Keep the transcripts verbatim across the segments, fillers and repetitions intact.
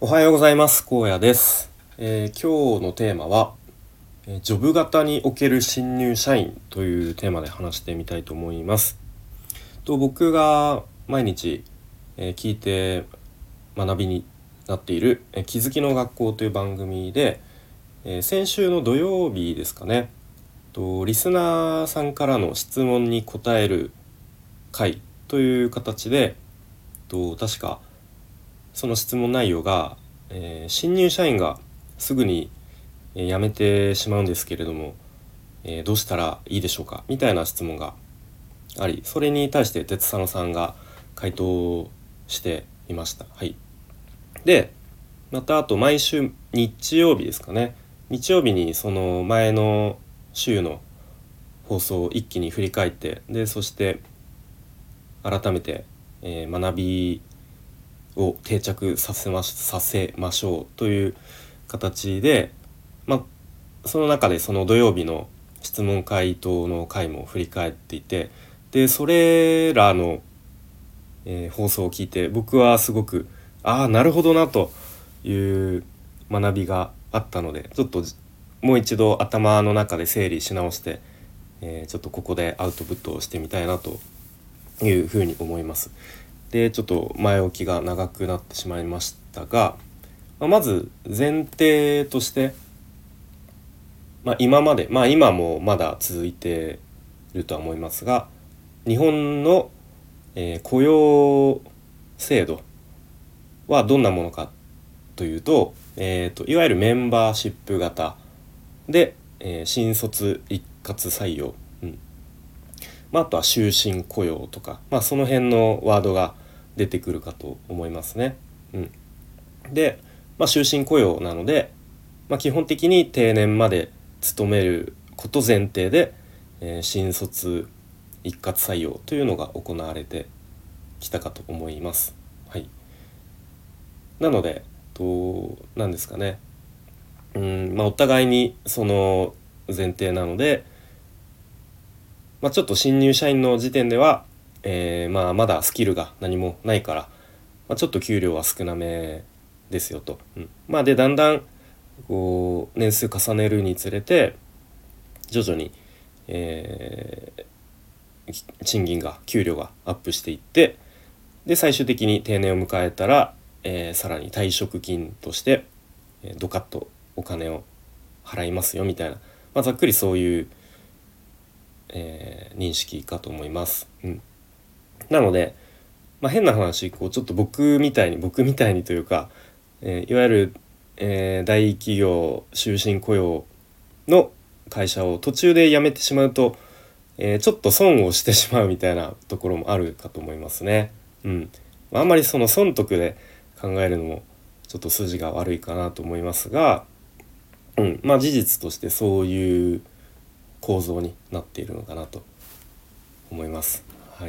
おはようございます。荒野です。えー今日のテーマは、えージョブ型における新入社員というテーマで話してみたいと思います。と僕が毎日、えー聞いて学びになっている、えー気づきの学校という番組で、えー先週の土曜日ですかね、とリスナーさんからの質問に答える回という形で、と確かその質問内容が、えー新入社員がすぐにえー辞めてしまうんですけれども、えーどうしたらいいでしょうかみたいな質問があり、それに対して鉄佐野さんが回答していました。はい。で、またあと毎週日曜日ですかね。日曜日にその前の週の放送を一気に振り返って、でそして改めて、えー学びを定着させまし、させましょうという形で、まあ、その中でその土曜日の質問回答の回も振り返っていて、でそれらの、えー放送を聞いて僕はすごくああなるほどなという学びがあったので、ちょっともう一度頭の中で整理し直して、えーちょっとここでアウトプットをしてみたいなというふうに思います。でちょっと前置きが長くなってしまいましたが、まあまず前提として、まあ、今まで、まあ、今もまだ続いているとは思いますが、日本の、えー雇用制度はどんなものかというと、えーと、いわゆるメンバーシップ型で、えー新卒一括採用、うんまあ、あとは終身雇用とか、まあ、その辺のワードが出てくるかと思いますね。うん、で、まあ、終身雇用なので、まあ、基本的に定年まで勤めること前提で、えー新卒一括採用というのが行われてきたかと思います。はい、なのでと何ですかね、うん、まあ、お互いにその前提なので、まあ、ちょっと新入社員の時点では、えーまあ、まだスキルが何もないから、まあ、ちょっと給料は少なめですよと。うん、まあでだんだんこう年数重ねるにつれて徐々に、えー賃金が給料がアップしていって、で最終的に定年を迎えたら、えーさらに退職金として、えードカッとお金を払いますよみたいな、まあ、ざっくりそういう、えー認識かと思います。うん、なので、まあ、変な話こうちょっと僕みたいに僕みたいにというか、えーいわゆる、えー大企業終身雇用の会社を途中で辞めてしまうと、えーちょっと損をしてしまうみたいなところもあるかと思いますね。うん。まああんまりその損得で考えるのもちょっと筋が悪いかなと思いますが、うん、まあ事実としてそういう構造になっているのかなと思います。はい。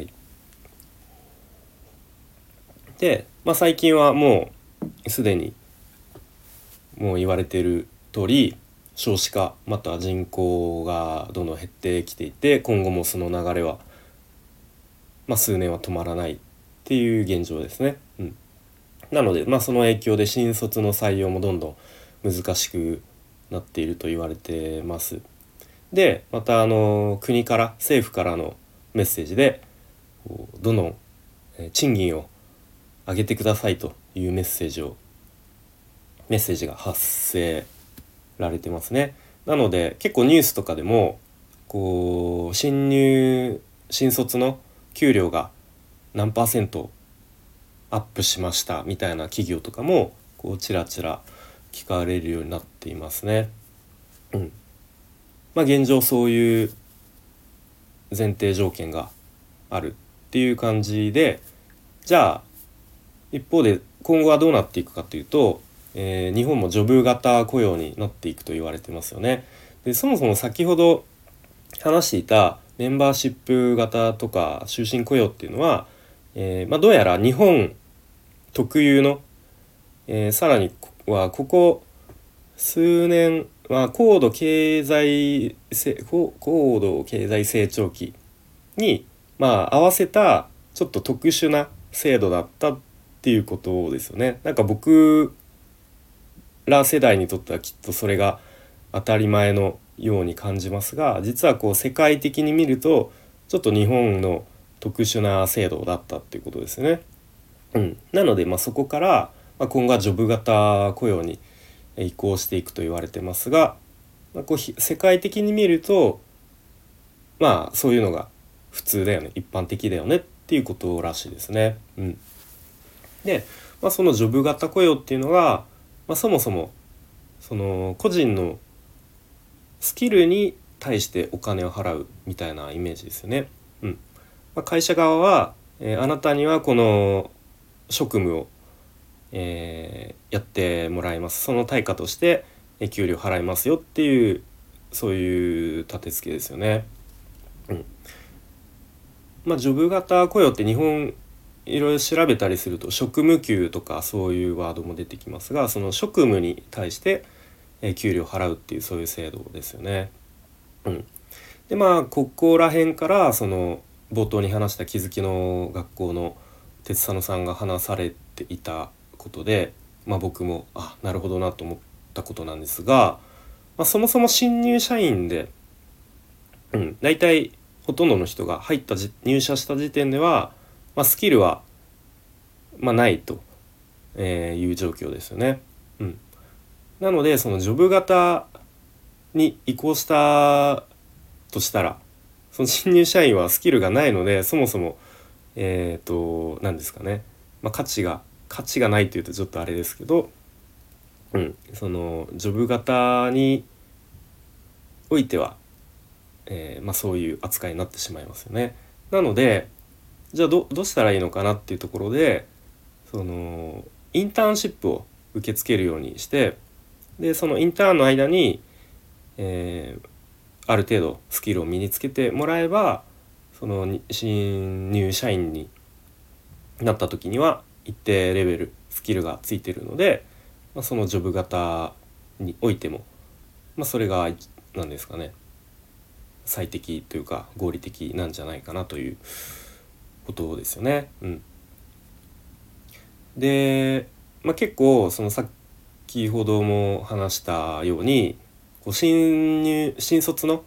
で、まあ最近はもうすでにもう言われている通り、少子化または人口がどんどん減ってきていて、今後もその流れは、まあ、数年は止まらないっていう現状ですね。うん、なので、まあ、その影響で新卒の採用もどんどん難しくなっていると言われてます。でまたあの国から政府からのメッセージでこうどんどんえー賃金を上げてくださいというメッセージをメッセージが発せられてますね。なので結構ニュースとかでもこう新入新卒の給料が何パーセントアップしましたみたいな企業とかもこうちらちら聞かれるようになっていますね。うん、まあ現状そういう前提条件があるっていう感じで、じゃあ一方で今後はどうなっていくかというと、えー日本もジョブ型雇用になっていくと言われてますよね。でそもそも先ほど話していたメンバーシップ型とか終身雇用っていうのは、えーまあ、どうやら日本特有の、えーさらにはここ数年は高度経済せ高高度経済成長期に、まあ、合わせたちょっと特殊な制度だったっていうことですよね。なんか僕ら世代にとってはきっとそれが当たり前のように感じますが、実はこう世界的に見るとちょっと日本の特殊な制度だったっていうことですね。うん、なので、まあ、そこから、まあ、今後はジョブ型雇用に移行していくと言われてますが、まあ、こう世界的に見るとまあそういうのが普通だよね、一般的だよねっていうことらしいですね。うん、で、まあ、そのジョブ型雇用っていうのが、まあ、そもそもその個人のスキルに対してお金を払うみたいなイメージですよね。うんまあ、会社側は、えー、あなたにはこの職務を、えーやってもらいます、その対価としてえー給料払いますよっていう、そういう立て付けですよね。うんまあ、ジョブ型雇用って日本いろいろ調べたりすると職務給とかそういうワードも出てきますが、その職務に対してえー給料払うっていう、そういう制度ですよね。うん、でまあここら辺からその冒頭に話した気づきの学校の鉄佐野さんが話されていたことで、まあ、僕もあなるほどなと思ったことなんですが、まあ、そもそも新入社員で、うん、大体ほとんどの人が入ったじ入社した時点では、まあ、スキルは、まあ、ないと、えーいう状況ですよね。うん、なのでそのジョブ型に移行したとしたら、その新入社員はスキルがないので、そもそもえっと何ですかね、まあ、価値が価値がないというとちょっとあれですけど、うん、そのジョブ型においては、えーまあ、そういう扱いになってしまいますよね。なのでじゃあ ど, どうしたらいいのかなっていうところで、そのインターンシップを受け付けるようにして、でそのインターンの間に、えーある程度スキルを身につけてもらえば、その新入社員になった時には一定レベルスキルがついているので、まあ、そのジョブ型においても、まあ、それが何ですかね、最適というか合理的なんじゃないかなということですよね。うん、で、まあ、結構その先ほども話したように、こう新入新卒の、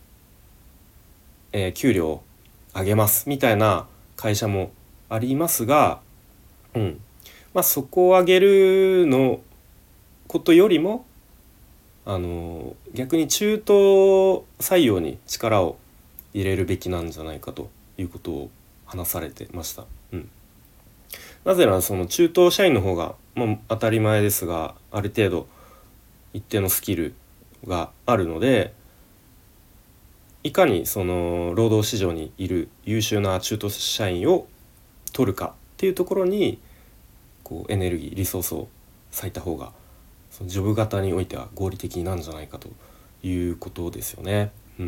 えー給料を上げますみたいな会社もありますが、うんまあ、そこを上げるのことよりも、あの逆に中途採用に力を入れるべきなんじゃないかということを話されてました。うん、なぜならその中途社員の方が、まあ、当たり前ですがある程度一定のスキルがあるので、いかにその労働市場にいる優秀な中途社員を取るかっていうところにこうエネルギーリソースを割いた方が、そのジョブ型においては合理的なんじゃないかということですよね。うん、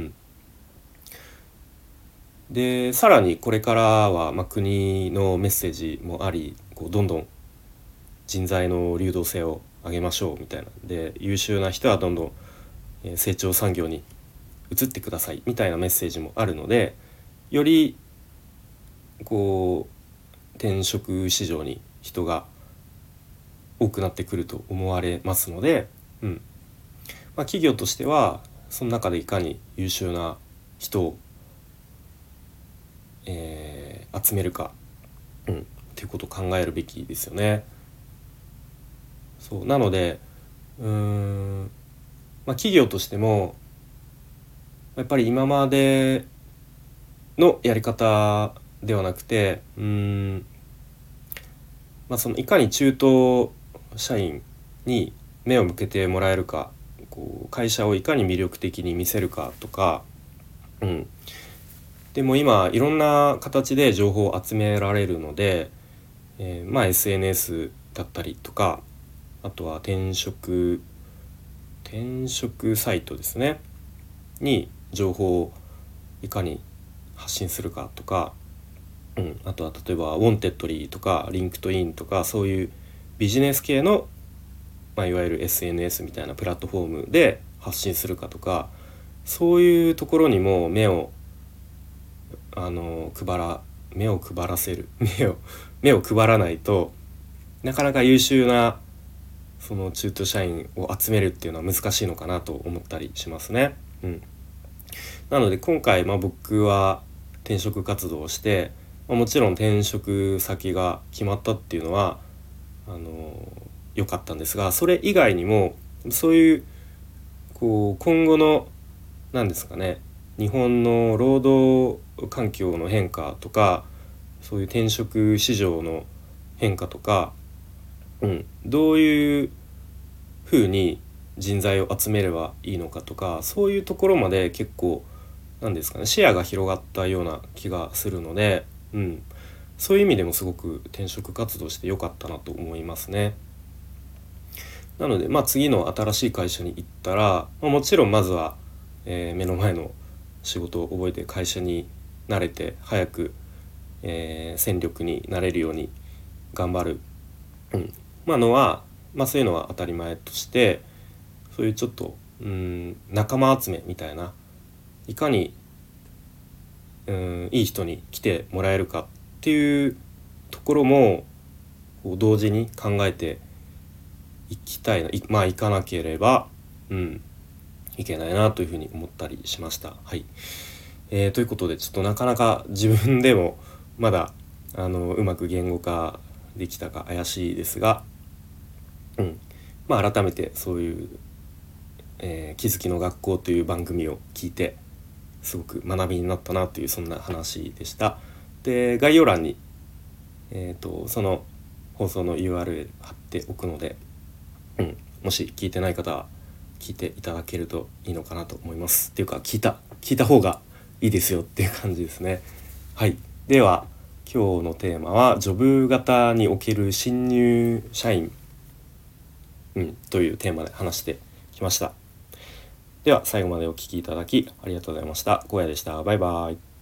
でさらにこれからは、まあ、国のメッセージもあり、こうどんどん人材の流動性を上げましょうみたいなで、優秀な人はどんどんえー成長産業に移ってくださいみたいなメッセージもあるので、よりこう転職市場に人が多くなってくると思われますので、うんまあ、企業としてはその中でいかに優秀な人を、えー集めるか、うん、っていうことを考えるべきですよね。そうなのでうーん、まあ、企業としてもやっぱり今までのやり方ではなくて、うーん、まあ、そのいかに中途社員に目を向けてもらえるか、こう会社をいかに魅力的に見せるかとか、うん、でも今いろんな形で情報を集められるので、えーまあ エスエヌエス だったりとか、あとは転職転職サイトですねに情報をいかに発信するかとか、うん、あとは例えばウォンテッドリーとかリンクトインとかそういうビジネス系の、まあ、いわゆる エスエヌエス みたいなプラットフォームで発信するかとか、そういうところにも目をあの配ら目を配らせる目を目を配らないとなかなか優秀なその中途社員を集めるっていうのは難しいのかなと思ったりしますね。うん、なので今回、まあ、僕は転職活動をして、まあ、もちろん転職先が決まったっていうのはあの良かったんですが、それ以外にもそういうこう今後の何ですかね、日本の労働環境の変化とか、そういう転職市場の変化とか、うん、どういうふうに人材を集めればいいのかとか、そういうところまで結構なんですかね、視野が広がったような気がするので、うん、そういう意味でもすごく転職活動してよかったなと思いますね。なので、まあ、次の新しい会社に行ったら、まあ、もちろんまずは、えー目の前の仕事を覚えて会社に慣れて早く、えー戦力になれるように頑張る、うんまあのは、まあ、そういうのは当たり前として、そういうちょっとうん仲間集めみたいな、いかにうんいい人に来てもらえるかっていうところもこう同時に考えていきたいな、いまあ行かなければ、うん、いけないなというふうに思ったりしました。はい、えーということでちょっとなかなか自分でもまだあのうまく言語化できたか怪しいですが、うんまあ、改めてそういう、えー気づきの学校という番組を聞いてすごく学びになったなという、そんな話でした。で概要欄に、えーとその放送の ユーアールエル 貼っておくので、うん、もし聞いてない方は聞いていただけるといいのかなと思います。っていうか聞いた聞いた方がいいですよっていう感じですね。はい、では今日のテーマはジョブ型における新入社員、うん、というテーマで話してきました。では最後までお聞きいただきありがとうございました。荒野でした。バイバイ。